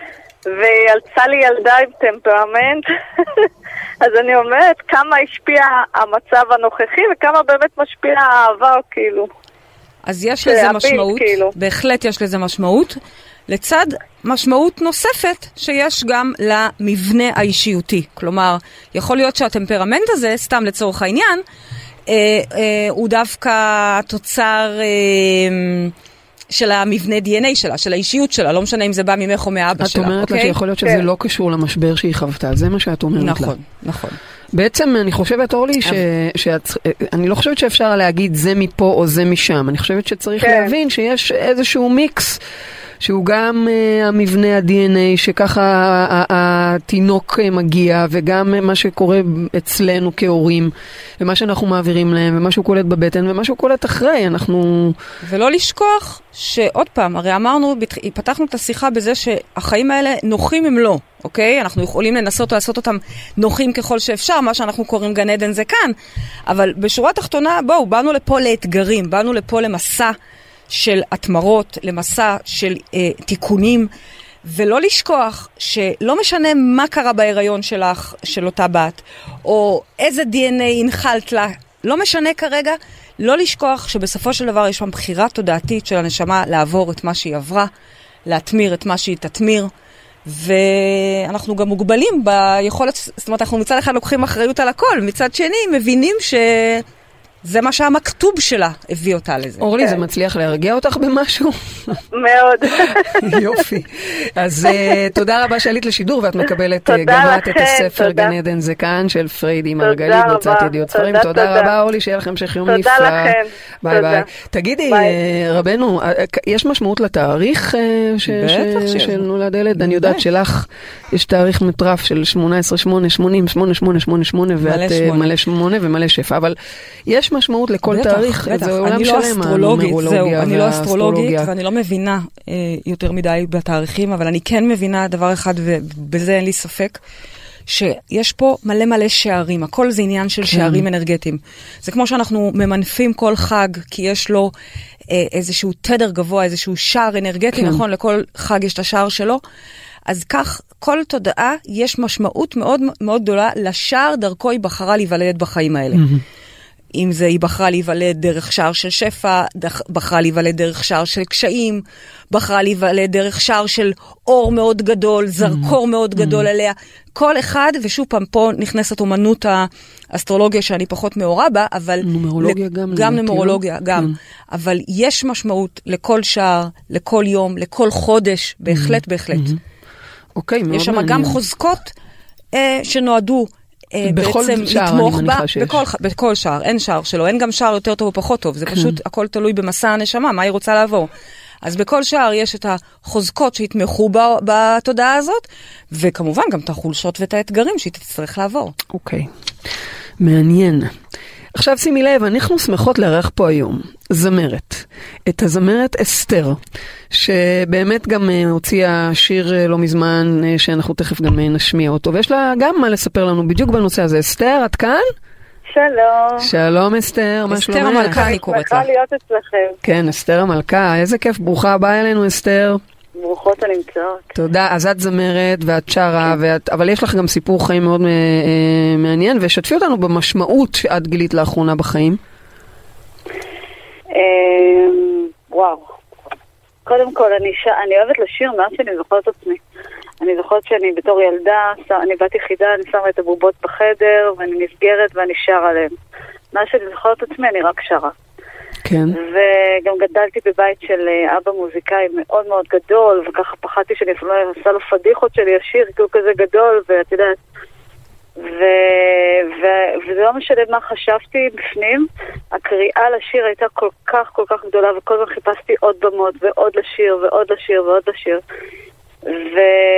ויצא לי ילדה עם טמפרמנט, אז אני אומרת כמה השפיע המצב הנוכחי וכמה באמת משפיע העבר, כאילו. אז יש לזה משמעות, כאילו. בהחלט יש לזה משמעות, לצד משמעות נוספת שיש גם למבנה האישיותי. כלומר, יכול להיות שהטמפרמנט הזה, סתם לצורך העניין, אה, אה, הוא דווקא תוצר... אה, של המבנה די אן איי שלה, של האישיות שלה, לא משנה אם זה בא ממך או מאבא שלה. את אומרת לה שיכול להיות שזה לא קשור למשבר שהיא חוותה, זה מה שאת אומרת לה. נכון, נכון. בעצם אני חושבת, אורלי, שאני לא חושבת שאפשר להגיד זה מפה או זה משם, אני חושבת שצריך להבין שיש איזשהו מיקס, שהוא גם uh, המבנה ה-די אן איי, שככה התינוק מגיע, וגם מה שקורה אצלנו כהורים, ומה שאנחנו מעבירים להם, ומה שהוא קולט בבטן, ומה שהוא קולט אחרי, אנחנו... ולא לשכוח שעוד פעם, הרי אמרנו, פתחנו את השיחה בזה שהחיים האלה נוחים הם לא, אוקיי? אנחנו יכולים לנסות לעשות אותם נוחים ככל שאפשר, מה שאנחנו קוראים גן עדן זה כאן, אבל בשורה התחתונה, בואו, באנו לפה לאתגרים, באנו לפה למסע, של התמרות, למסע של אה, תיקונים, ולא לשכוח שלא משנה מה קרה בהיריון שלך, של אותה בת, או איזה די אן איי הנחלת לה, לא משנה כרגע, לא לשכוח שבסופו של דבר יש שם בחירה תודעתית של הנשמה לעבור את מה שהיא עברה, להתמיר את מה שהיא תתמיר, ואנחנו גם מוגבלים ביכולת, זאת אומרת, אנחנו מצד אחד לוקחים אחריות על הכל, מצד שני מבינים ש... זה מה שהמכתוב שלה הביא אותה לזה. אורלי, זה מצליח להרגיע אותך במשהו? מאוד. יופי. אז תודה רבה שעלית לשידור, ואת מקבלת גם את הספר גן עדן זה כאן של פריידי מרגלית, בהוצאת ידיעות ספרים. תודה רבה, אורלי, שיהיה לכם המשך יום נפלא. תודה לכם. ביי ביי. תגידי, רבנו, יש משמעות לתאריך של נולד ילד? אני יודעת שלך יש תאריך מטרף של שמונה עשרה שמונה שמונים שמונה שמונה שמונה שמונה ואת מלא שמונה ומלא שפע, אבל יש משמעות לכל בטח, תאריך, בטח. זה עולם אני שלם, לא אסטרולוגית, זהו, אני לא אסטרולוגית, ואני לא מבינה אה, יותר מדי בתאריכים, אבל אני כן מבינה דבר אחד, ובזה אין לי ספק, שיש פה מלא מלא שערים, הכל זה עניין של כן. שערים אנרגטיים. זה כמו שאנחנו ממנפים כל חג, כי יש לו אה, איזשהו תדר גבוה, איזשהו שער אנרגטי, כן. נכון? לכל חג יש את השער שלו, אז כך, כל תודעה יש משמעות מאוד מאוד גדולה לשער דרכו היא בחרה להיוולד בחיים האלה. Mm-hmm. אם זה היא בחרה להיוולד דרך שער של שפע, בחרה להיוולד דרך שער של קשיים, בחרה להיוולד דרך שער של אור מאוד גדול, זרקור מאוד גדול עליה. כל אחד, ושוב פעם פה נכנסת אומנות האסטרולוגיה שאני פחות מעורה בה, אבל... נומרולוגיה גם. גם נומרולוגיה, גם. אבל יש משמעות לכל שער, לכל יום, לכל חודש, בהחלט, בהחלט. אוקיי, מאוד מעניין. יש שם גם חוזקות שנועדו בכל שער אני מניחה שיש. בכל, בכל שער, אין שער שלו, אין גם שער יותר טוב או פחות טוב, זה כן. פשוט הכל תלוי במסע הנשמה, מה היא רוצה לעבור. אז בכל שער יש את החוזקות שהתמכו בתודעה הזאת, וכמובן גם את החולשות ואת האתגרים שהיא תצטרך לעבור. אוקיי, מעניין. עכשיו שימי לב, אנחנו שמחות לארח פה היום זמרת, את הזמרת אסתר, שבאמת גם הוציאה שיר לא מזמן, שאנחנו תכף גם נשמיע אותו, ויש לה גם מה לספר לנו בדיוק בנושא הזה. אסתר, את כאן? שלום. שלום אסתר, מה שלומך? אסתר המלכה אני קוראת לה. שמחה להיות אצלכם. כן, אסתר המלכה, איזה כיף, ברוכה הבאה אלינו אסתר. ברוכות הנמצאות. תודה, אז את זמרת ואת שרה, ואת, אבל יש לך גם סיפור חיים מאוד מעניין, ושתפי אותנו במשמעות שאת גילית לאחרונה בחיים. וואו. קודם כל, אני, ש... אני אוהבת לשיר מאז שאני זוכרת עצמי. אני זוכרת שאני בתור ילדה, אני בת יחידה, אני שמה את הבובות בחדר, ואני נסגרת ואני שר עליהם. מאז שאני זוכרת עצמי, אני רק שרה. כן. וגם גדלתי בבית של אבא מוזיקאי מאוד מאוד גדול, וככה פחדתי שאני אפילו עושה לו פדיחות שלי השיר, כי הוא כזה גדול, ואת יודעת. ו... ו... וזה לא משנה מה חשבתי בפנים, הקריאה לשיר הייתה כל כך כל כך גדולה, וכל הזמן חיפשתי עוד במות, ועוד לשיר, ועוד לשיר, ועוד לשיר. ו...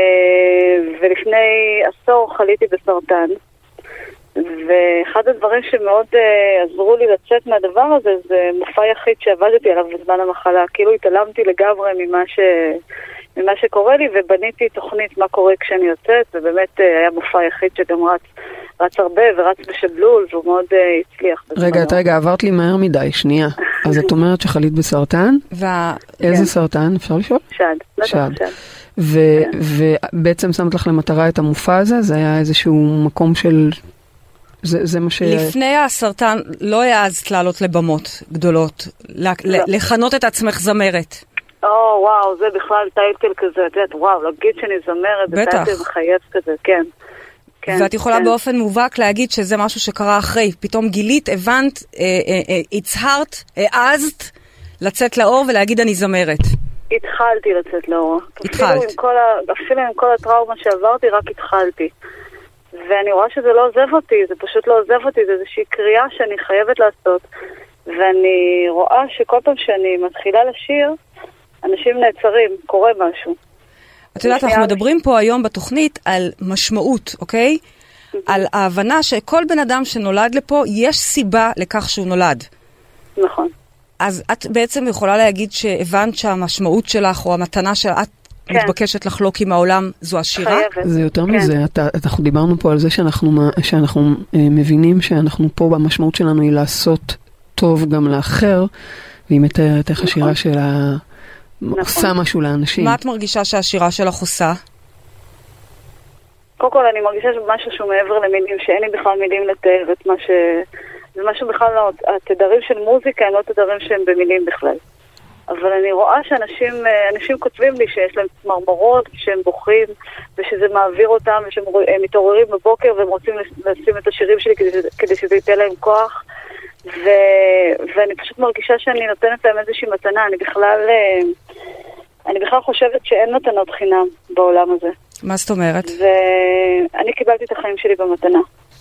ולפני עשור חליתי בסרטן, ואחד הדברים שמאוד uh, עזרו לי לצאת מהדבר הזה, זה מופע יחיד שעבדתי עליו בזמן המחלה. כאילו התעלמתי לגמרי ממה, ש... ממה שקורה לי, ובניתי תוכנית מה קורה כשאני יוצאת, ובאמת uh, היה מופע יחיד שגם רץ, רץ הרבה ורץ בשבלול, והוא מאוד uh, הצליח. רגע, רגע, עברת לי מהר מדי, שנייה. אז את אומרת שחלית בסרטן? וה... איזה כן. סרטן? אפשר לשאול? שד. שד. ובעצם שמת לך למטרה את המופע הזה? זה היה איזשהו מקום של... זה, זה מה ש... לפני הסרטן לא העזת לעלות לבמות גדולות, לכנות את עצמך זמרת. או, וואו, זה בכלל טייטל כזה, את יודעת, וואו, להגיד שאני זמרת, זה טייטל מחייב כזה, כן. ואת יכולה באופן מובהק להגיד שזה משהו שקרה אחרי, פתאום גילית, הבנת, הצהרת, העזת לצאת לאור ולהגיד אני זמרת. התחלתי לצאת לאור. התחלת. אפילו עם כל הטראומה שעברתי, רק התחלתי. ואני רואה שזה לא עוזב אותי, זה פשוט לא עוזב אותי, זה איזושהי קריאה שאני חייבת לעשות. ואני רואה שכל פעם שאני מתחילה לשיר, אנשים נעצרים, קורה משהו. את יודעת, אנחנו מדברים פה היום בתוכנית על משמעות, אוקיי? על ההבנה שכל בן אדם שנולד לפה, יש סיבה לכך שהוא נולד. נכון. אז את בעצם יכולה להגיד שהבנת שהמשמעות שלך, או המתנה שאת כן. מתבקשת לחלוק עם העולם, זו השירה? חייבת. זה יותר כן. מזה, אתה, אנחנו דיברנו פה על זה שאנחנו, שאנחנו אה, מבינים שאנחנו פה במשמעות שלנו היא לעשות טוב גם לאחר, והיא מתארת איך השירה נכון. שלה נכון. עושה משהו לאנשים. מה את מרגישה שהשירה שלך עושה? קודם כל אני מרגישה שמשהו שהוא מעבר למילים, שאין לי בכלל מילים לתאר את מה ש... זה משהו בכלל לא, התדרים של מוזיקה הם לא תדרים שהם במילים בכלל. אבל אני רואה שאנשים אנשים כותבים לי שיש להם צמרמורות, שהם בוכים, ושזה מעביר אותם, ושהם מתעוררים בבוקר והם רוצים לשים את השירים שלי כדי, כדי שזה ייתן להם כוח. ו... ואני פשוט מרגישה שאני נותנת להם איזושהי מתנה. אני בכלל, אני בכלל חושבת שאין מתנות חינם בעולם הזה. מה זאת אומרת? ואני קיבלתי את החיים שלי במתנה.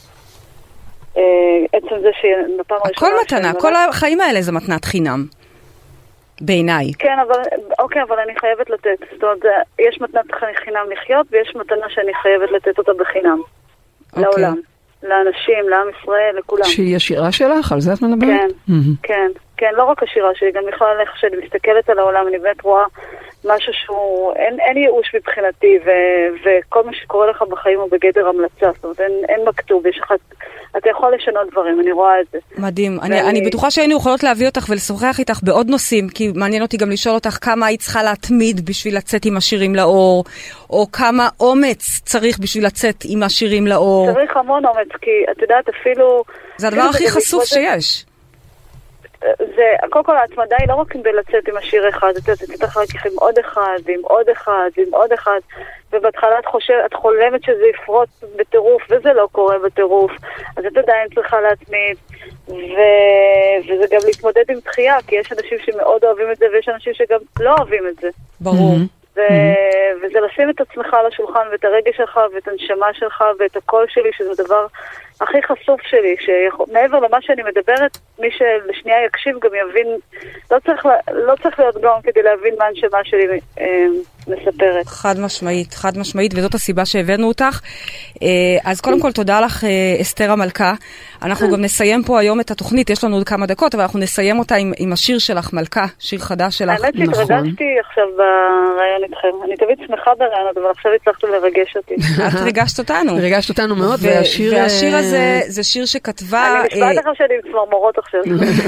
עצם זה שנפעם הכל מתנה, כל החיים האלה זה מתנת חינם. בעיניי. כן, אבל, אוקיי, אבל אני חייבת לתת. זאת אומרת, יש מתנת חינם לחיות, ויש מתנה שאני חייבת לתת אותה בחינם. אוקיי. לעולם. לאנשים, לעם ישראל, לכולם. שהיא השירה שלך? על זה את מדברת? כן, mm-hmm. כן, כן, לא רק השירה שלי, גם בכלל איך שאני מסתכלת על העולם, אני באמת רואה משהו שהוא, אין, אין ייאוש מבחינתי, ו, וכל מה שקורה לך בחיים הוא בגדר המלצה, זאת אומרת, אין, אין מכתוב, יש לך, אתה יכול לשנות דברים, אני רואה את זה. מדהים, ואני... אני, אני בטוחה שהיינו יכולות להביא אותך ולשוחח איתך בעוד נושאים, כי מעניין אותי גם לשאול אותך כמה היית צריכה להתמיד בשביל לצאת עם השירים לאור, או כמה אומץ צריך בשביל לצאת עם השירים לאור. צריך המון אומץ, כי את יודעת אפילו... זה הדבר הכי חשוף שיש. זה, קודם כל ההתמדה היא לא רק בלצאת עם השיר אחד, את יודעת, את תחלק עם עוד אחד, ועם עוד אחד, ועם עוד אחד, ובהתחלה את חושב, את חולמת שזה יפרוץ בטירוף, וזה לא קורה בטירוף, אז את עדיין צריכה להתמיד, ו... וזה גם להתמודד עם דחייה, כי יש אנשים שמאוד אוהבים את זה, ויש אנשים שגם לא אוהבים את זה. ברור. ו... וזה לשים את עצמך על השולחן, ואת הרגש שלך, ואת הנשמה שלך, ואת הקול שלי, שזה דבר הכי חשוף שלי, שמעבר למה שאני מדברת, מי שלשנייה יקשיב גם יבין, לא צריך, לא צריך להיות גאון כדי להבין מה הנשמה שלי אה, מספרת. חד משמעית, חד משמעית, וזאת הסיבה שהבאנו אותך. אה, אז קודם כל תודה לך, אה, אסתר המלכה. אנחנו גם נסיים פה היום את התוכנית, יש לנו עוד כמה דקות, אבל אנחנו נסיים אותה עם, עם השיר שלך, מלכה, שיר חדש שלך. האמת שהתרגשתי עכשיו ברעיון איתכם. אני תמיד שמחה ברעיונות, אבל עכשיו הצלחת לרגש אותי. את רגשת אותנו. רגשת אותנו מאוד, והשיר... והשיר הזה, זה שיר שכתבה... אני נשבעת לך שאני עם צמרמורות עכשיו.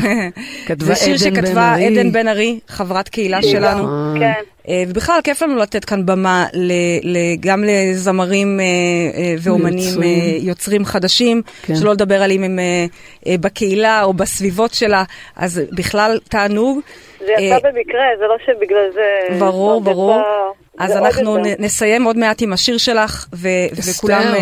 זה שיר שכתבה עדן בן ארי, חברת קהילה שלנו. כן. ובכלל כיף לנו לתת כאן במה גם לזמרים ואומנים יוצרים חדשים, שלא לדבר עליהם הם בקהילה או בסביבות שלה, אז בכלל תענוג. זה יצא במקרה, זה לא שבגלל זה... ברור, ברור. אז אנחנו נסיים עוד מעט עם השיר שלך, וכולם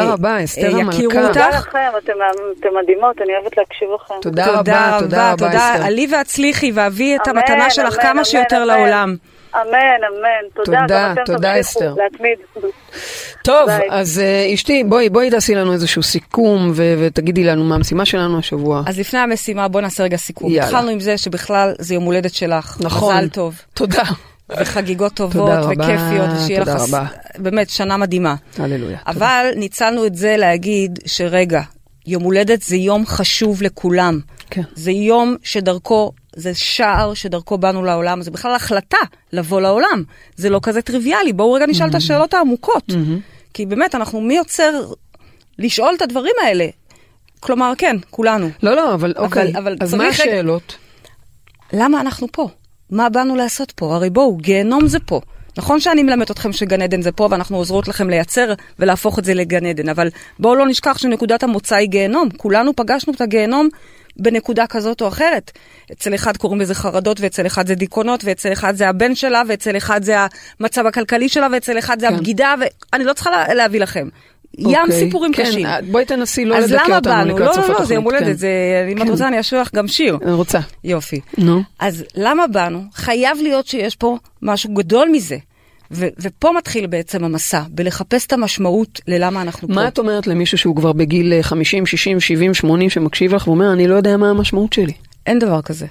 יכירו אותך. תודה לכם, אתם מדהימות, אני אוהבת להקשיב לכם. תודה רבה, תודה רבה, אסתר. עלי והצליחי, והביאי את המתנה שלך כמה שיותר לעולם. אמן, אמן. תודה, תודה, תודה אסתר. להתמיד. טוב, אז אשתי, בואי, בואי תעשי לנו איזשהו סיכום, ותגידי לנו מה המשימה שלנו השבוע. אז לפני המשימה, בוא נעשה רגע סיכום. התחלנו עם זה שבכלל זה יום הולדת שלך. נכון. מזל טוב. תודה. וחגיגות טובות וכיפיות, ושיהיה לך באמת שנה מדהימה. הללויה. אבל ניצלנו את זה להגיד שרגע, יום הולדת זה יום חשוב לכולם. כן. זה יום שדרכו, זה שער שדרכו באנו לעולם, זה בכלל החלטה לבוא לעולם. זה לא כזה טריוויאלי. בואו רגע נשאל את השאלות העמוקות. כי באמת, אנחנו מי יוצר לשאול את הדברים האלה? כלומר, כן, כולנו. לא, לא, אבל אוקיי. אז מה השאלות? למה אנחנו פה? מה באנו לעשות פה? הרי בואו, גיהנום זה פה. נכון שאני מלמד אתכם שגן עדן זה פה, ואנחנו עוזרות לכם לייצר ולהפוך את זה לגן עדן, אבל בואו לא נשכח שנקודת המוצא היא גיהנום. כולנו פגשנו את הגיהנום בנקודה כזאת או אחרת. אצל אחד קוראים לזה חרדות, ואצל אחד זה דיכאונות, ואצל אחד זה הבן שלה, ואצל אחד זה המצב הכלכלי שלה, ואצל אחד זה הבגידה, ואני לא צריכה להביא לכם. ים סיפורים קשים. בואי תנסי לא לדכא אותנו לקראת סוף התוכנית. לא, לא, זה יום הולדת, אם את רוצה אני אשאיר לך גם שיר. אני רוצה. יופי. אז למה באנו? חייב להיות שיש פה משהו גדול מזה. ופה מתחיל בעצם המסע, בלחפש את המשמעות ללמה אנחנו פה. מה את אומרת למישהו שהוא כבר בגיל חמישים, שישים, שבעים, שמונים, שמקשיב לך ואומר, אני לא יודע מה המשמעות שלי? אין דבר כזה.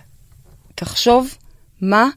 תחשוב מה,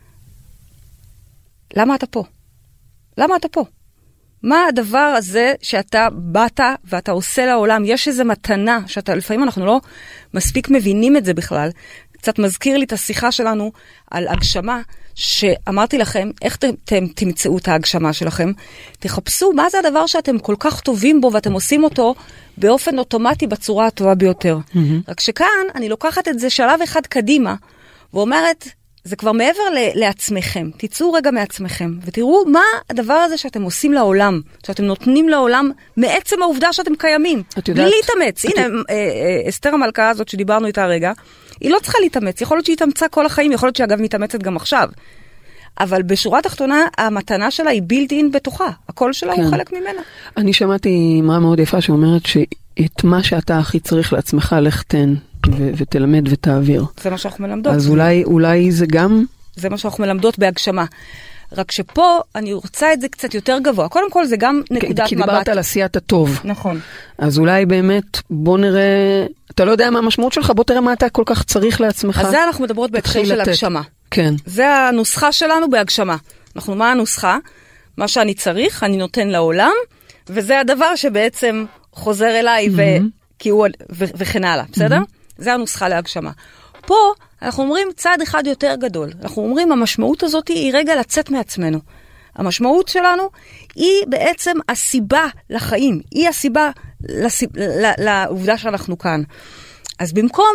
למה אתה פה? למה אתה פה? מה הדבר הזה שאתה באת ואתה עושה לעולם? יש איזו מתנה שאתה, לפעמים אנחנו לא מספיק מבינים את זה בכלל. קצת מזכיר לי את השיחה שלנו על הגשמה, שאמרתי לכם, איך אתם תמצאו את ההגשמה שלכם? תחפשו מה זה הדבר שאתם כל כך טובים בו, ואתם עושים אותו באופן אוטומטי בצורה הטובה ביותר. Mm-hmm. רק שכאן אני לוקחת את זה שלב אחד קדימה, ואומרת, זה כבר מעבר לעצמכם. תצאו רגע מעצמכם, ותראו מה הדבר הזה שאתם עושים לעולם, שאתם נותנים לעולם מעצם העובדה שאתם קיימים. את יודעת? בלי להתאמץ. הנה, אסתר המלכה הזאת שדיברנו איתה רגע, היא לא צריכה להתאמץ. יכול להיות שהיא תמצא כל החיים, יכול להיות שאגב מתאמצת גם עכשיו. אבל בשורה התחתונה, המתנה שלה היא בילד אין בתוכה. הקול שלה הוא חלק ממנה. אני שמעתי אמרה מאוד יפה שאומרת שאת מה שאתה הכי צריך לעצמך, לך תן ו- ותלמד ותעביר. זה מה שאנחנו מלמדות. אז אולי, אולי זה גם... זה מה שאנחנו מלמדות בהגשמה. רק שפה אני רוצה את זה קצת יותר גבוה. קודם כל זה גם נקודת מבט. כי דיברת על עשיית הטוב. נכון. אז אולי באמת בוא נראה... אתה לא יודע מה המשמעות שלך, בוא תראה מה אתה כל כך צריך לעצמך. אז זה אנחנו מדברות בהקשר של הגשמה. כן. זה הנוסחה שלנו בהגשמה. אנחנו, מה הנוסחה? מה שאני צריך, אני נותן לעולם, וזה הדבר שבעצם חוזר אליי, ו... כי הוא... ו... וכן הלאה, בסדר? זה הנוסחה להגשמה. פה אנחנו אומרים צעד אחד יותר גדול. אנחנו אומרים, המשמעות הזאת היא רגע לצאת מעצמנו. המשמעות שלנו היא בעצם הסיבה לחיים. היא הסיבה לסיב... לעובדה שאנחנו כאן. אז במקום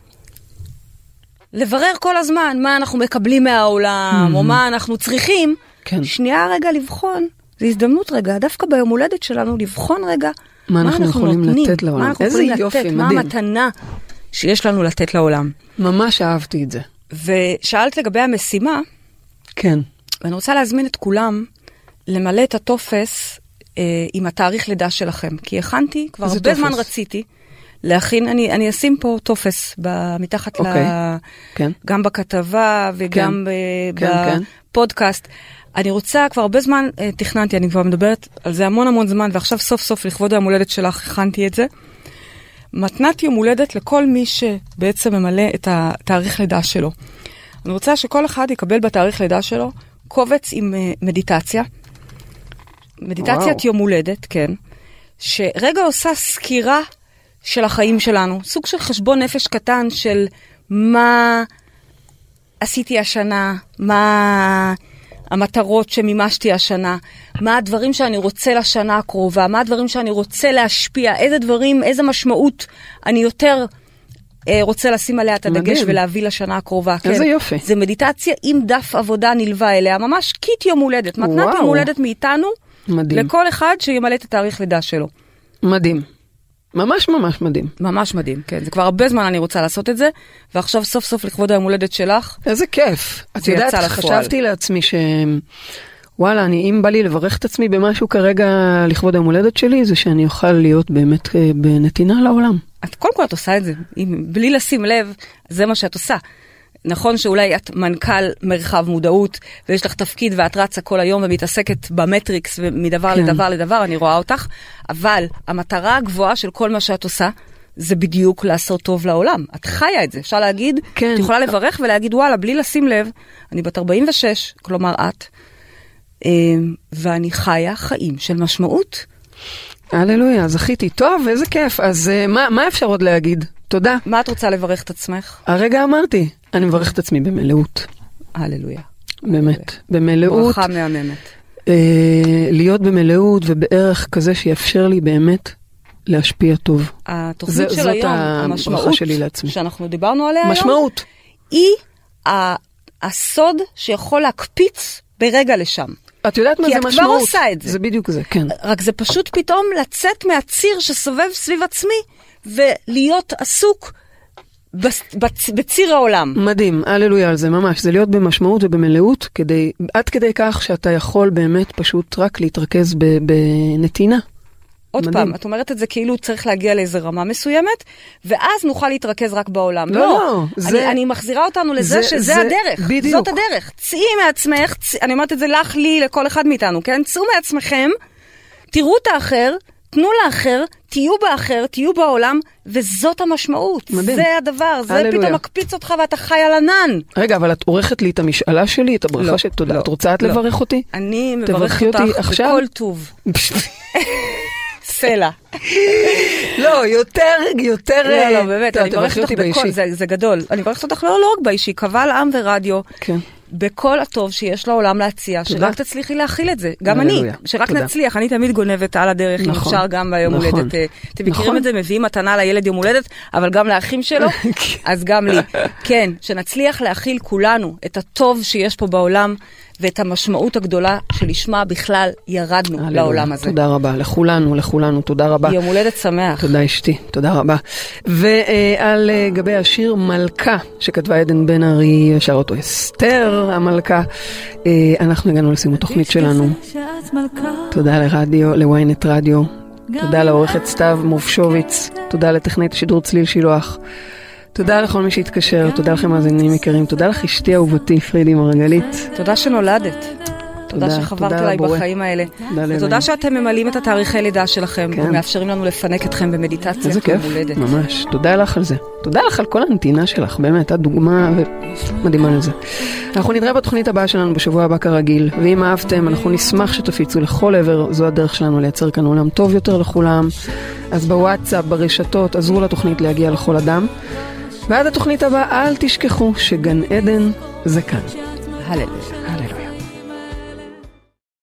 לברר כל הזמן מה אנחנו מקבלים מהעולם, או מה אנחנו צריכים, כן. שנייה רגע לבחון, זו הזדמנות רגע, דווקא ביום הולדת שלנו, לבחון רגע מה, מה אנחנו יכולים נותנים, לתת לעולם. מה אנחנו איזה יכולים יופי, לתת, מדהים. מה המתנה שיש לנו לתת לעולם. ממש אהבתי את זה. ושאלת לגבי המשימה, כן. ואני רוצה להזמין את כולם למלא את הטופס אה, עם התאריך לידה שלכם, כי הכנתי, כבר הרבה טופס? זמן רציתי, להכין, אני, אני אשים פה טופס ב, מתחת אוקיי. ל... כן. גם בכתבה וגם כן. ב, כן, בפודקאסט. אני רוצה, כבר הרבה זמן אה, תכננתי, אני כבר מדברת על זה המון המון זמן, ועכשיו סוף סוף לכבוד היום הולדת שלך הכנתי את זה. מתנת יום הולדת לכל מי שבעצם ממלא את התאריך לידה שלו. אני רוצה שכל אחד יקבל בתאריך לידה שלו קובץ עם מדיטציה. מדיטציית יום הולדת, כן. שרגע עושה סקירה של החיים שלנו. סוג של חשבון נפש קטן של מה עשיתי השנה, מה המטרות שמימשתי השנה, מה הדברים שאני רוצה לשנה הקרובה, מה הדברים שאני רוצה להשפיע, איזה דברים, איזה משמעות אני יותר אה, רוצה לשים עליה את הדגש מדהים. ולהביא לשנה הקרובה. איזה כן. יופי. זה מדיטציה עם דף עבודה נלווה אליה, ממש קיט יום הולדת, מתנת וואו. יום הולדת מאיתנו, מדהים. לכל אחד שימלא את התאריך לידה שלו. מדהים. ממש ממש מדהים. ממש מדהים, כן. זה כבר הרבה זמן אני רוצה לעשות את זה, ועכשיו סוף סוף לכבוד היום הולדת שלך. איזה כיף. את יודעת, חשבתי לעצמי ש... וואלה, אני, אם בא לי לברך את עצמי במשהו כרגע לכבוד היום הולדת שלי, זה שאני אוכל להיות באמת בנתינה לעולם. את קודם כל את עושה את זה. בלי לשים לב, זה מה שאת עושה. נכון שאולי את מנכ"ל מרחב מודעות, ויש לך תפקיד ואת רצה כל היום ומתעסקת במטריקס ומדבר כן. לדבר לדבר, אני רואה אותך, אבל המטרה הגבוהה של כל מה שאת עושה, זה בדיוק לעשות טוב לעולם. את חיה את זה, אפשר להגיד, כן. את יכולה לברך ולהגיד, וואלה, בלי לשים לב, אני בת ארבעים ושש, כלומר את, ואני חיה חיים של משמעות. הללויה, זכיתי. טוב, איזה כיף. אז מה, מה אפשר עוד להגיד? תודה. מה את רוצה לברך את עצמך? הרגע אמרתי, אני מברך את עצמי במלאות. הללויה. באמת, במלאות. ברכה מהממת. אה, להיות במלאות ובערך כזה שיאפשר לי באמת להשפיע טוב. התוכנית של היום, המשמעות שלי לעצמי. שאנחנו דיברנו עליה היום, משמעות. היא הסוד שיכול להקפיץ ברגע לשם. את יודעת מה זה משמעות? כי את כבר עושה את זה. זה בדיוק זה, כן. רק זה פשוט פתאום לצאת מהציר שסובב סביב עצמי, ולהיות עסוק בציר העולם. מדהים, הללויה על זה ממש. זה להיות במשמעות ובמלאות, כדי, עד כדי כך שאתה יכול באמת פשוט רק להתרכז בנתינה. עוד פעם, את אומרת את זה כאילו צריך להגיע לאיזו רמה מסוימת, ואז נוכל להתרכז רק בעולם. לא, לא. אני, אני מחזירה אותנו לזה שזה זה, הדרך. בדיוק. זאת הדרך. צאי מעצמך, צא, אני אומרת את זה לך, לי, לכל אחד מאיתנו, כן? צאו מעצמכם, תראו את האחר, תנו לאחר, תהיו באחר, תהיו בעולם, וזאת המשמעות. מדהים. זה הדבר, זה הללויה. פתאום מקפיץ אותך ואתה חי על ענן. רגע, אבל את עורכת לי את המשאלה שלי, את הברכה לא, של תודה. לא, את רוצה את לא. לברך אותי? אני מברכת אותך בכל טוב. סלע. לא, יותר, יותר... לא, לא, באמת, אני מברכת אותך בכל, זה גדול. אני מברכת אותך לא רק באישי, קבל עם ורדיו. כן. בכל הטוב שיש לעולם להציע, שרק תצליחי להכיל את זה. גם אני, שרק נצליח. אני תמיד גונבת על הדרך, אם אפשר גם ביום הולדת. אתם מכירים את זה, מביאים מתנה לילד יום הולדת, אבל גם לאחים שלו, אז גם לי. כן, שנצליח להכיל כולנו את הטוב שיש פה בעולם, ואת המשמעות הגדולה שלשמה בכלל ירדנו לעולם הזה. תודה רבה, לכולנו, לכולנו, תודה רבה. יום הולדת שמח. תודה אשתי, תודה רבה. ועל גבי השיר מלכה, שכתבה עדן בן ארי, שר אותו אסתר המלכה, אנחנו הגענו לסיום התוכנית שלנו. תודה לרדיו, לוויינט רדיו, תודה לעורכת סתיו מובשוביץ, תודה לטכנאית השידור צליל שילוח, תודה לכל מי שהתקשר, תודה לכם מאזינים יקרים, תודה לך אשתי אהובתי פרידי מרגלית. תודה שנולדת. תודה שחברת אליי בחיים האלה. ותודה שאתם ממלאים את התאריכי לידה שלכם, ומאפשרים לנו לפנק אתכם במדיטציה. איזה כיף, ממש. תודה לך על זה. תודה לך על כל הנתינה שלך, באמת, את דוגמה ומדהימה לזה. אנחנו נתראה בתוכנית הבאה שלנו בשבוע הבא כרגיל, ואם אהבתם, אנחנו נשמח שתפיצו לכל עבר, זו הדרך שלנו לייצר כאן עולם טוב יותר לכולם. אז בוואטסאפ, ברשתות, עזרו לתוכנית להגיע לכל אדם. ועד התוכנית הבאה, אל תשכחו שגן עדן זה כאן. הללויה. הללויה.